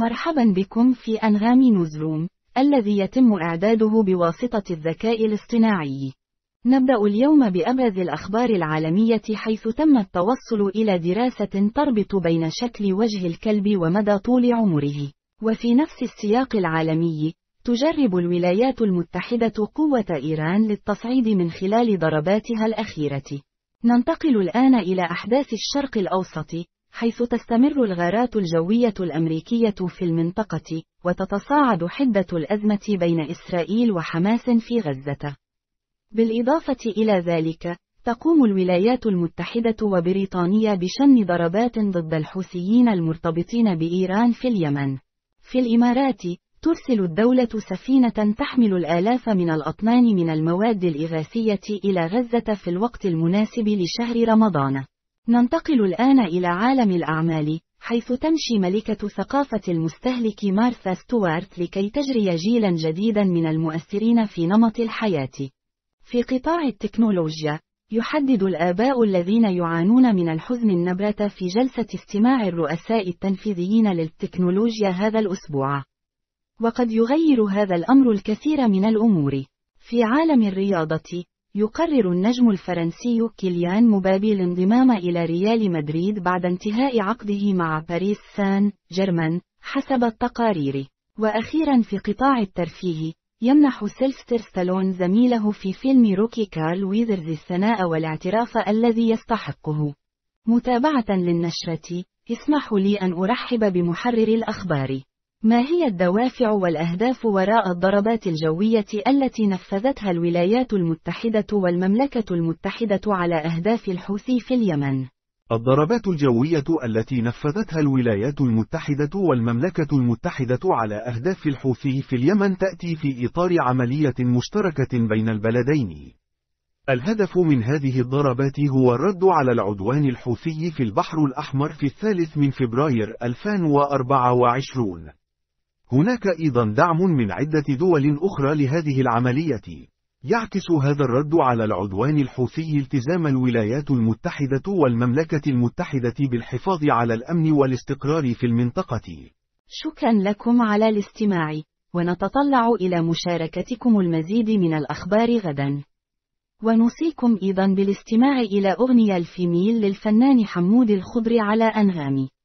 مرحبا بكم في أنغام نيوزروم، الذي يتم إعداده بواسطة الذكاء الاصطناعي. نبدأ اليوم بأبرز الأخبار العالمية، حيث تم التوصل إلى دراسة تربط بين شكل وجه الكلب ومدى طول عمره. وفي نفس السياق العالمي، تجرب الولايات المتحدة قوة إيران للتصعيد من خلال ضرباتها الأخيرة. ننتقل الآن إلى أحداث الشرق الأوسط، حيث تستمر الغارات الجوية الأمريكية في المنطقة، وتتصاعد حدة الأزمة بين إسرائيل وحماس في غزة. بالإضافة إلى ذلك، تقوم الولايات المتحدة وبريطانيا بشن ضربات ضد الحوثيين المرتبطين بإيران في اليمن. في الإمارات، ترسل الدولة سفينة تحمل الآلاف من الأطنان من المواد الإغاثية إلى غزة في الوقت المناسب لشهر رمضان. ننتقل الآن إلى عالم الأعمال، حيث تمشي ملكة ثقافة المستهلك مارثا ستوارت لكي تجري جيلا جديدا من المؤثرين في نمط الحياة. في قطاع التكنولوجيا، يحدد الآباء الذين يعانون من الحزن النبرة في جلسة استماع الرؤساء التنفيذيين للتكنولوجيا هذا الأسبوع. وقد يغير هذا الأمر الكثير من الأمور. في عالم الرياضة، يقرر النجم الفرنسي كيليان مبابي الانضمام إلى ريال مدريد بعد انتهاء عقده مع باريس سان جيرمان، حسب التقارير. وأخيرا في قطاع الترفيه، يمنح سيلفستر ستالون زميله في فيلم روكي كارل ويذرز الثناء والاعتراف الذي يستحقه. متابعة للنشرة، اسمحوا لي أن أرحب بمحرر الأخبار. ما هي الدوافع والأهداف وراء الضربات الجوية التي نفذتها الولايات المتحدة والمملكة المتحدة على أهداف الحوثي في اليمن؟ الضربات الجوية التي نفذتها الولايات المتحدة والمملكة المتحدة على أهداف الحوثي في اليمن تأتي في إطار عملية مشتركة بين البلدين. الهدف من هذه الضربات هو الرد على العدوان الحوثي في البحر الأحمر في 3 فبراير 2024. هناك أيضا دعم من عدة دول أخرى لهذه العملية. يعكس هذا الرد على العدوان الحوثي التزام الولايات المتحدة والمملكة المتحدة بالحفاظ على الأمن والاستقرار في المنطقة. شكرا لكم على الاستماع، ونتطلع إلى مشاركتكم المزيد من الأخبار غدا. ونوصيكم أيضا بالاستماع إلى أغنية الفيميل للفنان حمود الخضر على أنغامي.